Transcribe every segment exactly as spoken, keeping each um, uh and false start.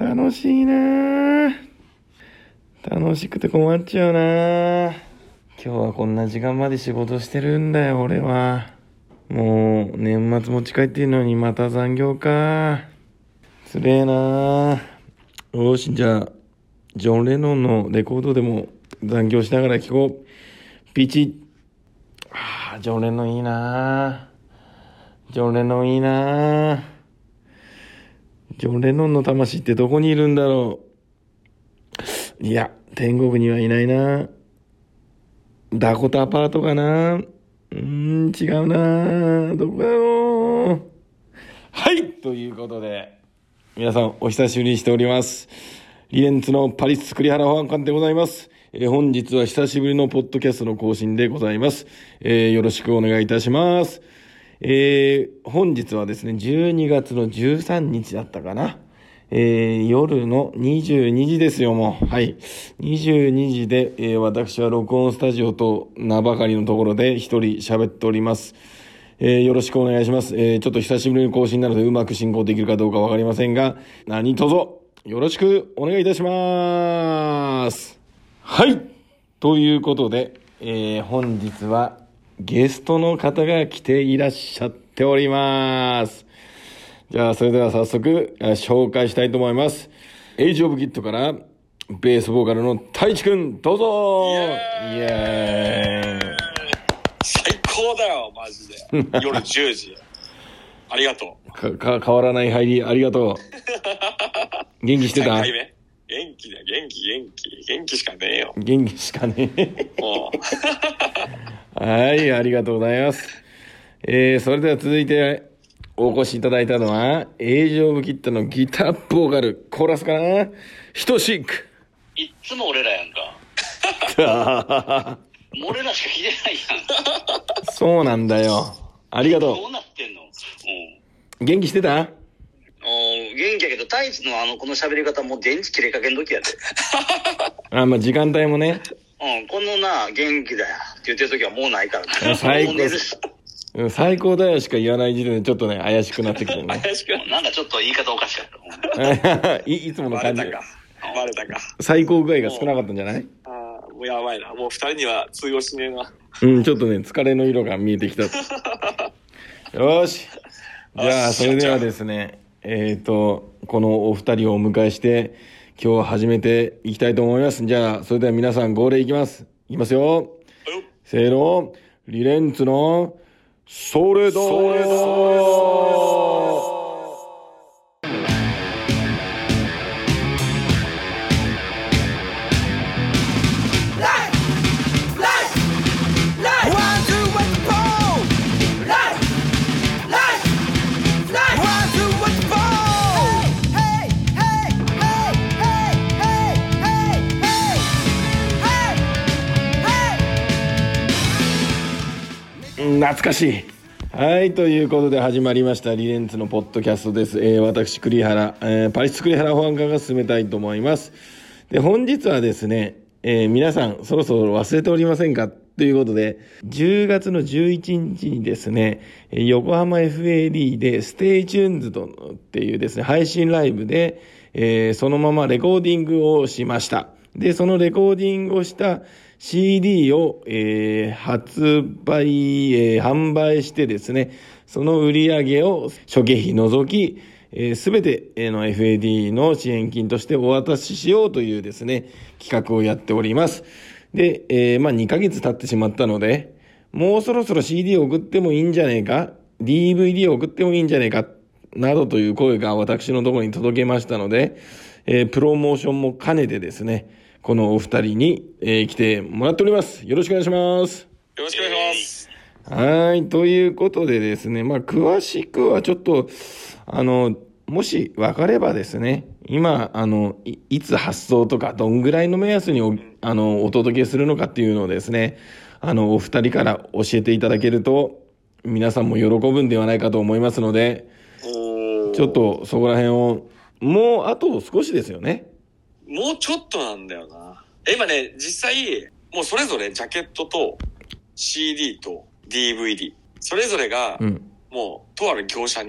楽しいな。楽しくて困っちゃうな。今日はこんな時間まで仕事してるんだよ、俺は。もう、年末持ち帰ってるのにまた残業か。つれえな。よし、じゃあ、ジョン・レノンのレコードでも残業しながら聴こう。ピチッ。ああ、ジョン・レノンいいな。ジョン・レノンいいな。ジョン・レノンの魂ってどこにいるんだろう。いや、天国にはいないな。ダコタパートかな。うーん、違うな。どこだろう。はい、ということで、皆さんお久しぶりにしております。リレンツのパリス栗原保安官でございます。えー、本日は久しぶりのポッドキャストの更新でございます。えー、よろしくお願いいたします。えー、本日はですね、じゅうにがつのじゅうさんにちだったかな。えー、夜のにじゅうにじですよ、もう。はい。にじゅうにじで、えー、私は録音スタジオと名ばかりのところで一人喋っております。えー、よろしくお願いします。えー、ちょっと久しぶりに更新なのでうまく進行できるかどうかわかりませんが、何卒よろしくお願いいたします。はい。ということで、えー、本日はゲストの方が来ていらっしゃっております。じゃあ、それでは早速紹介したいと思います。エイジオブキッドからベースボーカルの太一くん、どうぞ。イエーイ。 最高だよ、マジで。夜じゅうじ。ありがとう。 か、か、変わらない入り、ありがとう。元気してた？ さんかいめ元気だよ、元気、元気。元気しかねえよ。 元気しかねえ。 もう。はい、ありがとうございます。えー、それでは続いてお越しいただいたのは、エイジオブキッドのギターボーカル、コーラスかな？ひとしく。 いっつも俺らやんか。もう俺らしか聞いてないやん。 そうなんだよ。ありがとう。 どうなってんの？ うん。元気してた？ お元気やけど、太一のあの、この喋り方もう電池切れかけん時やで。 あ、まあ、時間帯もね。 うん、このな、元気だよって言ってる時はもうないからね。 最高。最高だよしか言わない時点でちょっとね、怪しくなってきてね。 怪しくなんかちょっと言い方おかしかった。 い, いつもの感じ。 バレたか。バレたか。 最高具合が少なかったんじゃない？ ああ、もうやばいな。もう二人には通用しねえな。 うん、ちょっとね、疲れの色が見えてきた。よし。じゃあ、それではですね、えっと、このお二人をお迎えして、今日は始めていきたいと思います。じゃあ、それでは皆さん号令いきます。いきますよ。せーの。リレンツのソレドソレド懐かしい。はい、ということで始まりましたリレンツのポッドキャストです。えー、私栗原、えー、パリス栗原保安官が進めたいと思います。で、本日はですね、えー、皆さんそろそろ忘れておりませんかということで、じゅうがつのじゅういちにちにですね、横浜 エフエーディー でステイチューンズとっていうですね、配信ライブで、えー、そのままレコーディングをしました。で、そのレコーディングをしたシーディー を、えー、発売、えー、販売してですね、その売り上げを諸経費除き、すべ、えー、ての エフエーディー の支援金としてお渡ししようというですね、企画をやっております。で、えー、まあにかげつ経ってしまったので、もうそろそろ シーディー を送ってもいいんじゃねえか、ディーブイディー を送ってもいいんじゃねえか、などという声が私のところに届けましたので、えー、プロモーションも兼ねてですね、このお二人に、えー、来てもらっております。よろしくお願いします。 よろしくお願いします。 はい。ということでですね、まあ、詳しくはちょっと、あの、もし分かればですね、今、あの、い, いつ発送とか、どんぐらいの目安にお、あの、お届けするのかっていうのをですね、あの、お二人から教えていただけると、皆さんも喜ぶんではないかと思いますので、ちょっとそこら辺を、もうあと少しですよね。 もうちょっとなんだよな。今ね、実際、もうそれぞれジャケットと シーディー と ディーブイディー、それぞれが、もうとある業者に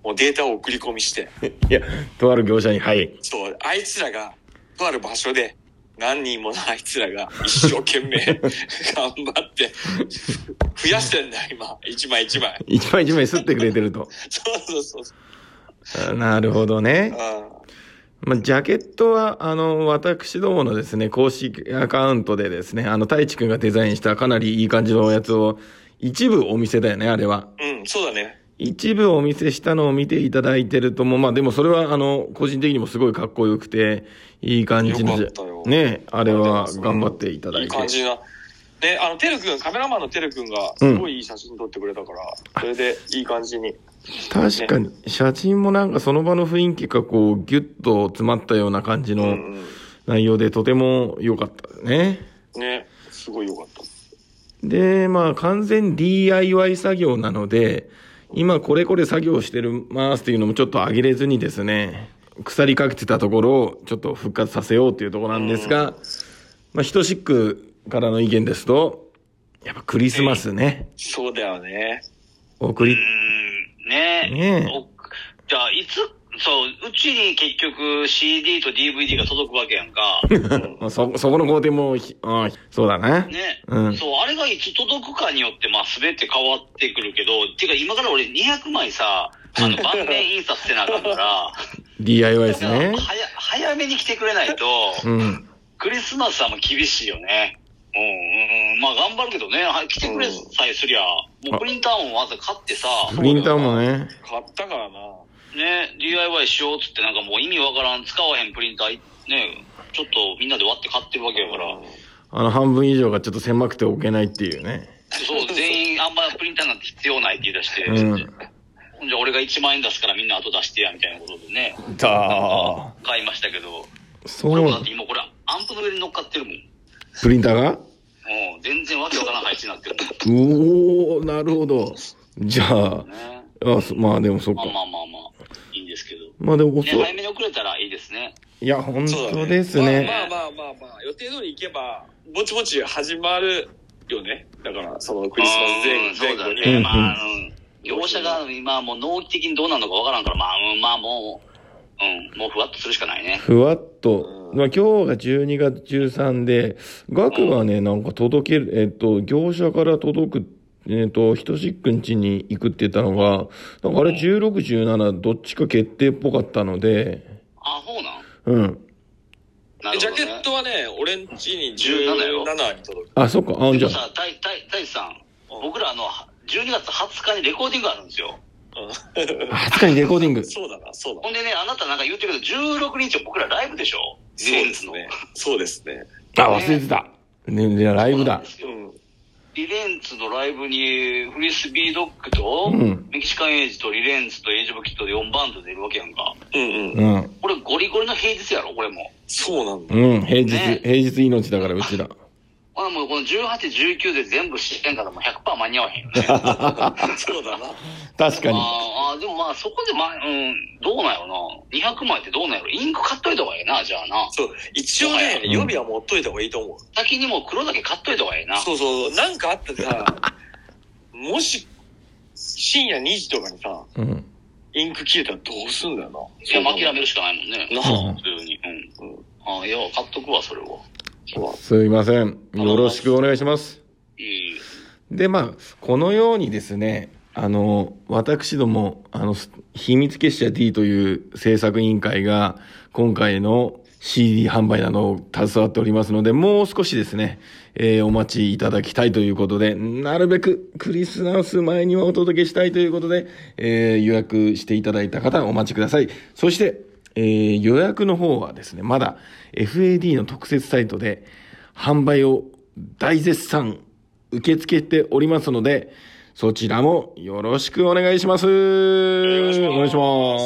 もうデータを送り込みして。 いや、とある業者に、はい。 そう、あいつらが、とある場所で、何人ものあいつらが一生懸命頑張って増やしてんだよ今一枚一枚一枚一枚吸ってくれてると。 そうそうそう。 なるほどね。まあ、ジャケットはあの私どものですね公式アカウントでですねあの太一くんがデザインしたかなりいい感じのやつを一部お見せだよねあれは。 うんそうだね。 一部お見せしたのを見ていただいてるとも、まあでもそれはあの、個人的にもすごいかっこよくて、いい感じの、ね、あれは頑張っていただいて。 いい感じな。で、あの、てるくん、カメラマンのてるくんが、すごいいい写真撮ってくれたから、うん、それでいい感じに。 確かに、ね、写真もなんかその場の雰囲気がこう、ギュッと詰まったような感じの内容で、とても良かったね。 ね、すごい良かった。 で、まあ完全 ディーアイワイ 作業なので、今これこれ作業してるますっていうのもちょっと上げれずにですね、腐りかけてたところをちょっと復活させようというところなんですが、まあひとしっくからの意見ですと、やっぱクリスマスね。 そうだよね。 送り、うーん、ねえ。ねえ。じゃあいつ、そう、うちに結局 シーディー と ディーブイディー が届くわけやんか。 そ、そこの工程も、あそうだね。 ね、うん。そう、あれがいつ届くかによって、まあ全て変わってくるけど、てか今から俺にひゃくまいさ、あの、盤面印刷してなあかんから、 ディーアイワイ ですね。 早、早めに来てくれないと、うん、クリスマスはもう厳しいよね。うん、うん、まあ頑張るけどね、来てくれさえすりゃ、もうプリンターもわざ買ってさ。 プリンターもね。 買ったからな。 ね、ディーアイワイ しようっつってなんかもう意味わからん、使わへんプリンター、ね、ちょっとみんなで割って買ってるわけやから。 あの半分以上がちょっと狭くて置けないっていうね。 そう、全員あんまプリンターなんて必要ないって言い出して。うん。じゃあ俺がいちまんえん出すからみんな後出してや、みたいなことでね。 だー。買いましたけど。 そう。 俺もだって今これアンプの上に乗っかってるもん。 プリンターが？ うん、全然わけわからん配置になってる。 おー、なるほど。じゃあ、ね、あまあでもそっか。 まあまあまあまあ。いいんですけど。 まあでも、 ね、早めに遅れたらいいですね。 いや、本当ですね。 ねまあまあまあまあ、予定通り行けば、ぼちぼち始まるよね。だから、そのクリスマス前後に。 ね、まあ、うん、業者が今もう納期的にどうなるのかわからんから、まあ、うん、まあもう、うん、もうふわっとするしかないね。 ふわっと。うん、まあ今日がじゅうにがつじゅうさんで、額はね、なんか届ける、えっと、業者から届くえっと、ひとしっくん家に行くって言ったのが、なんかあれじゅうろく、じゅうななどっちか決定っぽかったので。 あ、そうなん？ うん。 ね、ジャケットはね、俺ん家にじゅうななに届く。 あ、そっか。あ、じゃあ。 でもさ、たい、たい、たいさん、僕らあの、じゅうにがつはつかにレコーディングあるんですよ。 はつかにレコーディング。 そうだな、そうだ。 ほんでね、あなたなんか言ってるけど、じゅうろくにちは僕らライブでしょ？ そうですね。そうですね。 あ、忘れてた。ね、じゃあライブだ。 リレンツのライブにフリスビードッグと、うん、メキシカンエイジとリレンツとエイジオブキットでよんバンド出るわけやんか。 うんうん。 これゴリゴリの平日やろ、これも。 そうなんだ。 うん、平日、ね、平日命だからうちら。 あ、もうこのじゅうはち、じゅうきゅうで全部してんからもう ひゃくパーセント 間に合わへんよね。 そうだな。 確かに。 ああ、でもまあそこでまあ、うん、どうなんやろな。にひゃくまいってどうなんやろ。インク買っといた方がいいな、じゃあな。 そう、一応ね、予備は持っといた方がいいと思う。 先にもう黒だけ買っといた方がいいな。 そうそう、なんかあったさ、もし、深夜にじとかにさ、うん、インク切れたらどうすんだよな。 いや、諦めるしかないもんね。 なあ、普通に。うん。うん、ああ、いや、買っとくわ、それは。 すいません。よろしくお願いします。 いい。 で、まあ、このようにですね、あの、私ども、あの、秘密結社 D という制作委員会が、今回の シーディー 販売などを携わっておりますので、もう少しですね、えー、お待ちいただきたいということで、なるべくクリスマス前にはお届けしたいということで、えー、予約していただいた方はお待ちください。そして、えー、予約の方はですね、まだ エフエーディー の特設サイトで販売を大絶賛受け付けておりますので、そちらもよろしくお願いします。お願いします。お願いします。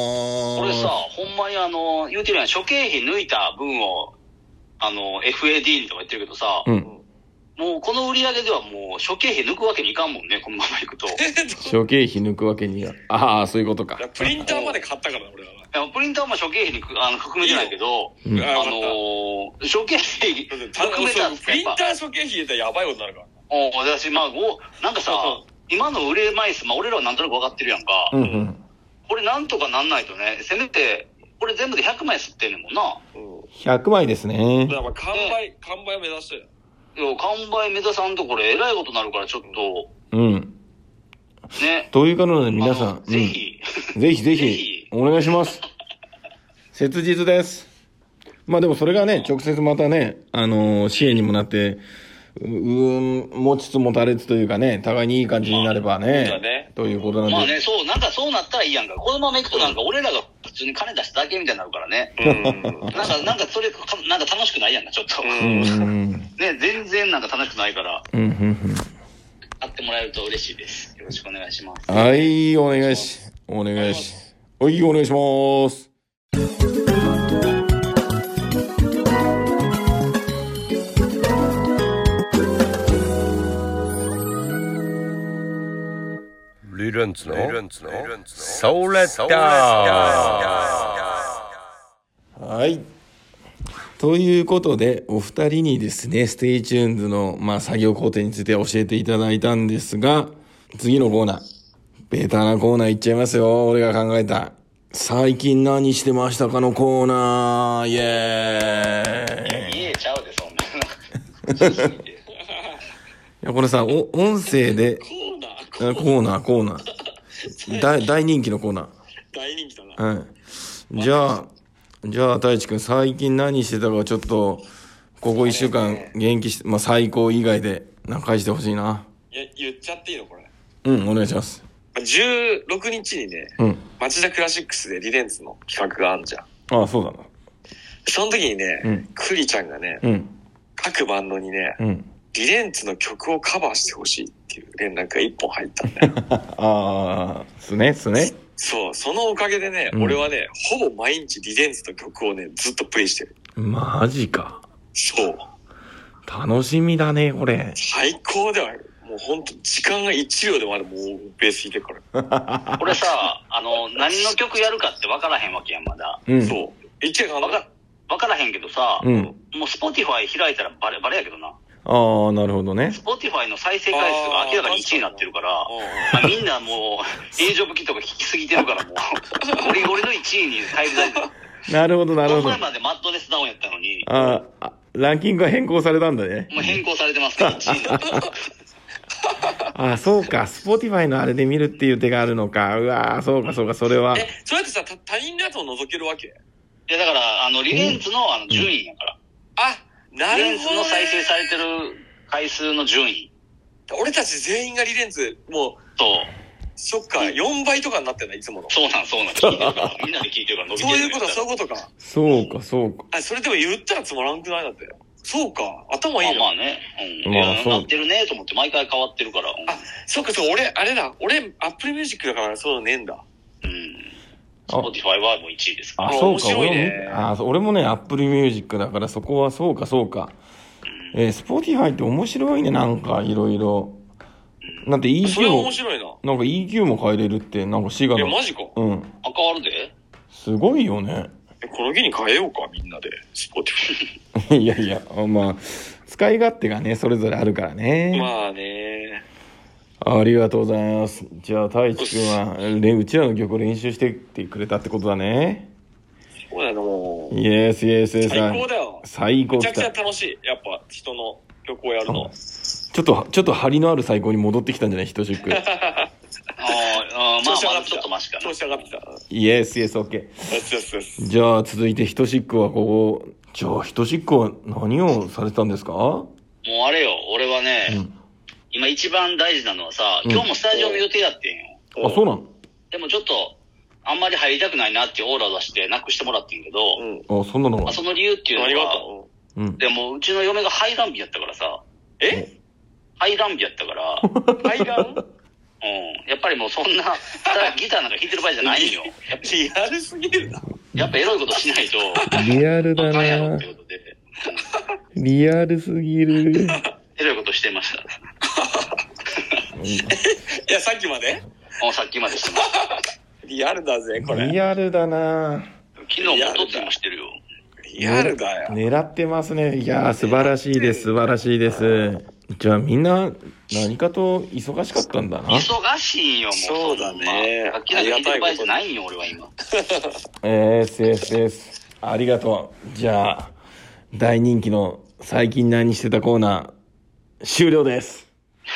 これさ、ほんまにあの、言うてるやん、諸経費抜いた分を、あの、エフエーディー とか言ってるけどさ、うん、もうこの売り上げではもう諸経費抜くわけにいかんもんね、このままいくと。 諸経費抜くわけには。ああ、そういうことか。 プリンターまで買ったからな、俺は。 いやプリンターは諸経費にあの含めてないけど、いいあのー、諸経費含めたら、 プリンター諸経費入れたらやばいことになるから。 おお、私、まあ、なんかさ、今の売れ枚数、まあ、俺らはなんとなく分かってるやんか。 うんうん、 これなんとかなんないとね、せめて、これ全部でひゃくまい吸ってんねんもんな。 うん。 ひゃくまいですね。 だから完売、完売を目指してる。 いや、完売目指さんとこれ、えらいことになるから、ちょっと。 うん。 ね。 ということで皆さん、 ぜひ、 うん、ぜひぜひ、お願いします。切実です。まあでもそれがね、直接またね、あのー、支援にもなって、うーん、持ちつ持たれつというかね、互いにいい感じになればね、まあ、ねということなんで。 まあね、そう、なんかそうなったらいいやんか。このまま行くとなんか俺らが普通に金出しただけみたいになるからね。うん。なんか、なんかそれ、なんか楽しくないやんか、ちょっと。うん。ね、全然なんか楽しくないから。うん、うん、うん。買ってもらえると嬉しいです。よろしくお願いします。 はい、お願いし、お願いし、はい、お願いします。 リレンツのソーレッダー。 はい。ということで、お二人にですね、ステイチューンズの、まあ、作業工程について教えていただいたんですが、次のコーナー、ベタなコーナーいっちゃいますよ。俺が考えた。最近何してましたかのコーナー。イエーイ。 家ちゃうで、そんな。いや、これさ、お、音声で、コーナー、コーナー。大、大人気のコーナー。 大人気だな。 はい。じゃあ、じゃあ、太一くん、最近何してたかちょっと、ここ一週間元気して、まあ、最高以外で、なんか返してほしいな。 いや、言っちゃっていいのこれ。 うん、お願いします。 じゅうろくにちにね、うん、町田クラシックスでリレンツの企画があんじゃん。 ああ、そうだな。 その時にね、うん、クリちゃんがね、うん、各バンドにね、うん、リレンツの曲をカバーしてほしいっていう連絡が一本入ったんだよ。 ああ、すね、すね。 そう、そのおかげでね、うん、俺はね、ほぼ毎日リレンツの曲をね、ずっとプレイしてる。 マジか。 そう。 楽しみだね、これ。 最高だよ。もうほんと、時間がいちびょうでもある、もうベース弾いてるから。 これさ、あの、何の曲やるかって分からへんわけやん、まだ。 うん、そう。一応分か、分からへんけどさ、うん、もう Spotify 開いたらバレ、バレやけどな。 ああ、なるほどね。 Spotify の再生回数が明らかにいちいになってるから、まあ、みんなもう、エイジオブキットが聴きすぎてるからもう、ゴリゴリのいちいに返り咲いてる。 なるほど、なるほど。 この前までマッドネスダウンやったのに。 ああ、ランキングが変更されたんだね。 もう変更されてますね、いちいになってる。 ああ、そうか。Spotify のあれで見るっていう手があるのか。うわー、そうか、そうか、それは。 え、そうやってさ、他人のやつを覗けるわけ？ いや、だから、あの、リレンツのあの順位やから。 あ、なるほど、ね。 リレンツの再生されてる回数の順位。 俺たち全員がリレンツ、もう。そう。そっか、よんばいとかになってんだ、いつもの。そうなん、そうなん。聞いてるから。みんなで聞いてるから伸びてる。そういうこと、そういうことか。 そうか、そうか。 あ、それでも言ったらつまらんくないだって。そうか、頭いいな。 まあまあね。うん。まあ、なってるねと思って毎回変わってるから。うん、 あ、そっか、そう、俺、あれだ。俺、Apple Music だからそうねえんだ。 うん。Spotify はもういちいですから。 あ、そうか。俺も、あ、俺もね、Apple Music だからそこはそうか、そうか。うん、えー、Spotify って面白いね、なんか、いろいろ。なんて イーキュー も。それは面白いな。なんか イーキュー も変えれるって、なんかシガの。 え、マジか。 うん。 あ、変わるで。 すごいよね。 え、この日に変えようか、みんなで。Spotify。 いやいや、まあ、使い勝手がね、それぞれあるからね。 まあね。 ありがとうございます。じゃあ、太一くんは、うちらの曲を練習してってくれたってことだね。 そうだよ、もう。 イエスイエスイエス。 最高だよ。 最高。 めちゃくちゃ楽しい。やっぱ、人の曲をやるの。 ちょっと、ちょっと張りのある最高に戻ってきたんじゃないヒトシック。 ああ、まあ、まあ、ちょっとマシかな。 調子上がってきた。 イエスイエス、オッケー。 よしよしよし。 じゃあ、続いてヒトシックはここ、じゃあ、ヒトシックは何をされてたんですか？もうあれよ、俺はね、うん、今一番大事なのはさ、今日もスタジオの予定やってんよ。 うん、あ、そうなの？ でもちょっと、あんまり入りたくないなっていうオーラを出してなくしてもらってんけど、 うん、あ、そんなのが、 まあ、その理由っていうのは、うん、でもうちの嫁が排卵日やったからさ、 え？ 排卵日やったから、 排卵？ うん。やっぱりもうそんな、ギターなんか弾いてる場合じゃないんよ。 やっぱリアルすぎるな。 やっぱエロいことしないと。 リアルだなぁ。リアルすぎる。 エロいことしてました。 いや、さっきまで？ あ、さっきまでしてました。 リアルだぜ、これ。 リアルだなぁ。 昨日も一つもしてるよ。 リアルだよ。 狙ってますね。いやー、素晴らしいです、素晴らしいです。 じゃあみんな何かと忙しかったんだな。 忙しいんよ、もう。 そうだね。 さっきなんか聞いてる場合じゃないんよ、俺は今。 えー、セーフセーフ。ありがとう。じゃあ、大人気の最近何してたコーナー、終了です。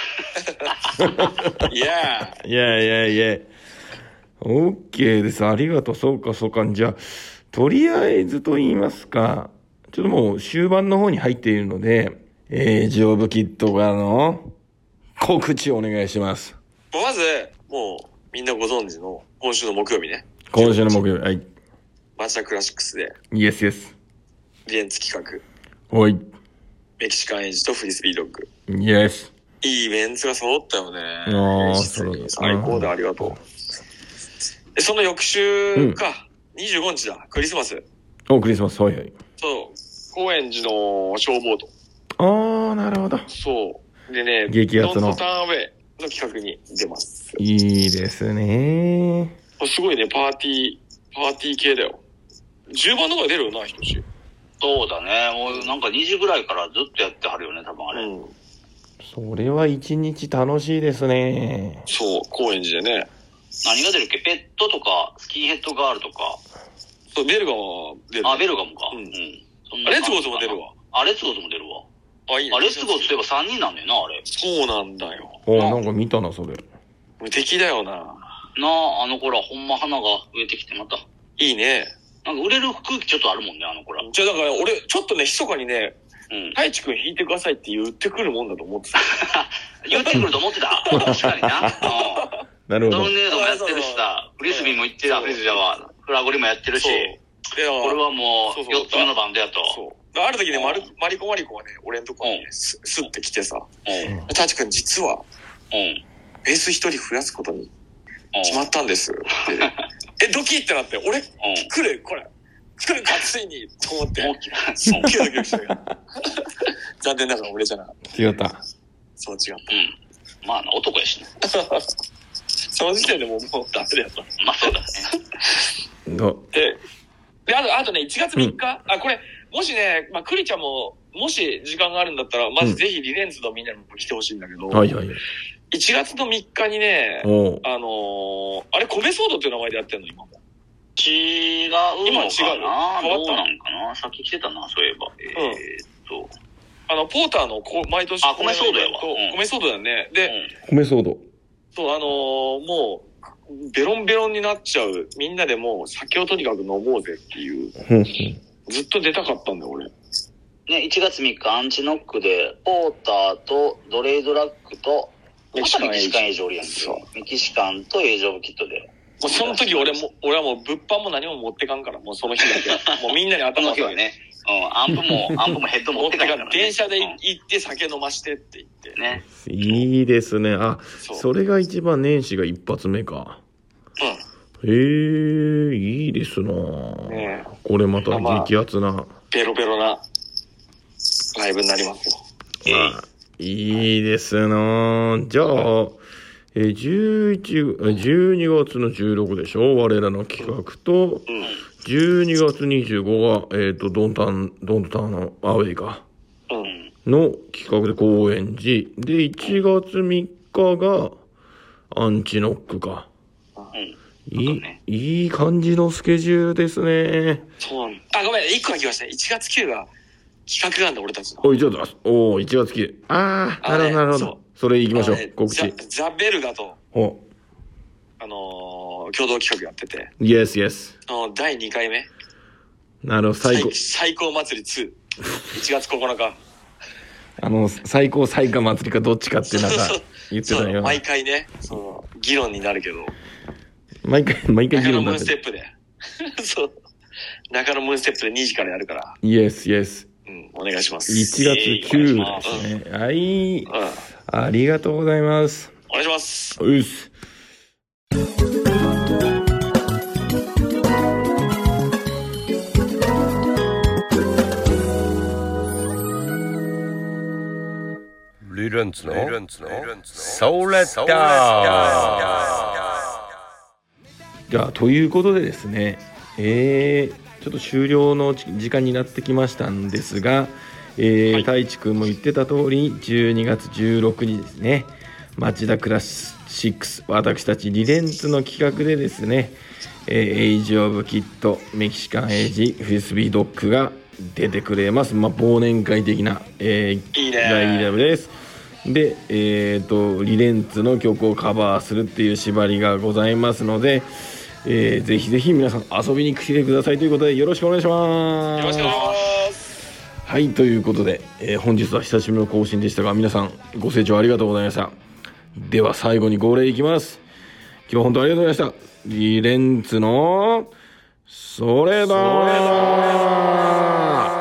いやいやいやいや。オッケーです。ありがとう。そうかそうか。じゃあ、とりあえずと言いますか、ちょっともう終盤の方に入っているので、エイジオブキッドからの告知をお願いします。 まず、もうみんなご存知の今週の木曜日ね。 今週の木曜日、はい。 町田クラシックスで、 イエスイエス。 リエンツ企画。 はい。 メキシカンエイジとフリスビードッグ。 イエス。 いいメンツが揃ったよね。 ああ、そうだ。 最高でありがとう。で、その翌週か、うん、にじゅうごにちだ、クリスマス。 お、クリスマス、はいはい。 そう、高円寺の消防と。 ああ、なるほど。 そう。でね、 激アツのドントターンアウェイの企画に出ます。 いいですね。 すごいね、パーティー、パーティー系だよ。じゅうばんとか出るよな、ひとし。 そうだね。もうなんかにじぐらいからずっとやってはるよね、多分あれ。うん。 それは一日楽しいですね。 そう、高円寺でね。 何が出るっけ？ペットとか、スキンヘッドガールとか。 そう、ベルガも出る。 あ、ベルガもか。うん。うん、 そんなレッツゴーズも出るわ。 あ、レッツゴーズも出るわ。 あ、いいね。 あ、レッツゴーズといえばさんにんなんだよな、あれ。 そうなんだよ。 あ、なんか見たな、それ。 無敵だよな。 なあ、あの子らほんま花が増えてきてまた。 いいね。 なんか売れる空気ちょっとあるもんね、あの子ら。 じゃあだから俺、ちょっとね、密かにね、 うん。 太一くん弾いてくださいって言ってくるもんだと思ってた。 言ってくると思ってた。確かにな。 なるほど。 トルネードもやってるしさ、フリスビーも行ってる、フリスビーは、フラゴリもやってるし、これはもう、よっつめのバンドやと。 そう。ある時ね、マリコマリコがね、俺のとこにね、スッて来てさ、太一くん実は、ベース一人増やすことに決まったんです。え、ドキってなって、俺、来る、これ。来るか、ついにと思って、すっげえドキドキしたよ。残念ながら俺じゃなかった。 違った。 そう違った。 うん。まあ、男やしね。 その時点でもう、もうダメだった。 まあ、そうだね。 で、で、あと、あとね、いちがつみっか、うん、あ、これ、もしね、まあ、クリちゃんも、もし時間があるんだったら、まずぜひリレンズのみんなにも来てほしいんだけど、 うん、はいはい。 いちがつのみっかにね、あのー、あれ、コベソードっていう名前でやってんの、今も。 違うのかな。 今違う。変わった。 どうなんかな。さっき来てたな、そういえば。うん、えー、っと。 あの、ポーターのこ毎年。 あ、米ソードやわ。 うん、米ソードだよね。で、 うん、米ソード。 そう、あのー、もう、ベロンベロンになっちゃう。みんなでもう酒をとにかく飲もうぜっていう。ずっと出たかったんだよ、俺。 ね、いちがつみっかアンチノックで、ポーターとドレイドラックと、メキシカンエイジおるやんけ。メキシカンとエイジオブキットで。 もうその時俺も、俺はもう物販も何も持ってかんから、もうその日だけ。もうみんなに頭を下げて。ね。うん、アンプも、アンプもヘッド持ってかんから、ね。 電車で行って酒飲ましてって言って。 ね。 いいですね。あ、そ, それが一番年始が一発目か。うん。へえ、いいですな、ね、これまた激アツな、まあ。 ベロベロなライブになりますよ。 まあ、いいですな。じゃあ、えー、じゅういち、じゅうにがつのじゅうろくでしょ、我らの企画と、うん、じゅうにがつにじゅうごが、えっ、ー、と、ドンタン、ドンタンのアウェイか、うん、の企画で高円寺。で、いちがつみっかが、アンチノックか。うん、いい、ね、いい感じのスケジュールですね。 そうなんだ。あ、ごめん、いっこだけ言わせて。いちがつくが企画なんだ、俺たちの。 おい、ちょっと、おー、いちがつく。あー、なるほど、なるほど。それ行きましょう、ね、告知。 ザ・ベルガと、 おあのー、共同企画やってて。 イエスイエス。 のだいにかいめ。 なるほど、最高。 最高祭りに。いちがつここのか。 あの、最高最下祭りかどっちかってなんか言ってたよ。 毎回ね、その、議論になるけど。 毎回、毎回議論になる。 中野ムーンステップで。そう。中野ムーンステップでにじからやるから。 イエスイエス。 うん、お願いします。 いちがつくですね。うん、はい、うん。ありがとうございます。 お願いします。 うっす。 リレンツのソーレッター。 じゃあということでですね、えー、ちょっと終了の時間になってきましたんですが、 えーはい、太一くんも言ってた通りじゅうにがつじゅうろくにちですね、町田クラシックス、私たちリレンツの企画でですね、えー、エイジオブキッド、メキシカンエイジ、フィスビードッグが出てくれます。まあ、忘年会的な、えー、 いいねライブです。で、えーと、リレンツの曲をカバーするっていう縛りがございますので、えー、ぜひぜひ皆さん遊びに来てくださいということでよろしくお願いします。 よろしくお願いします。 はい、ということで、えー、本日は久しぶりの更新でしたが、皆さんご清聴ありがとうございました。では最後に号令いきます。今日は本当にありがとうございました。リレンツのそれだー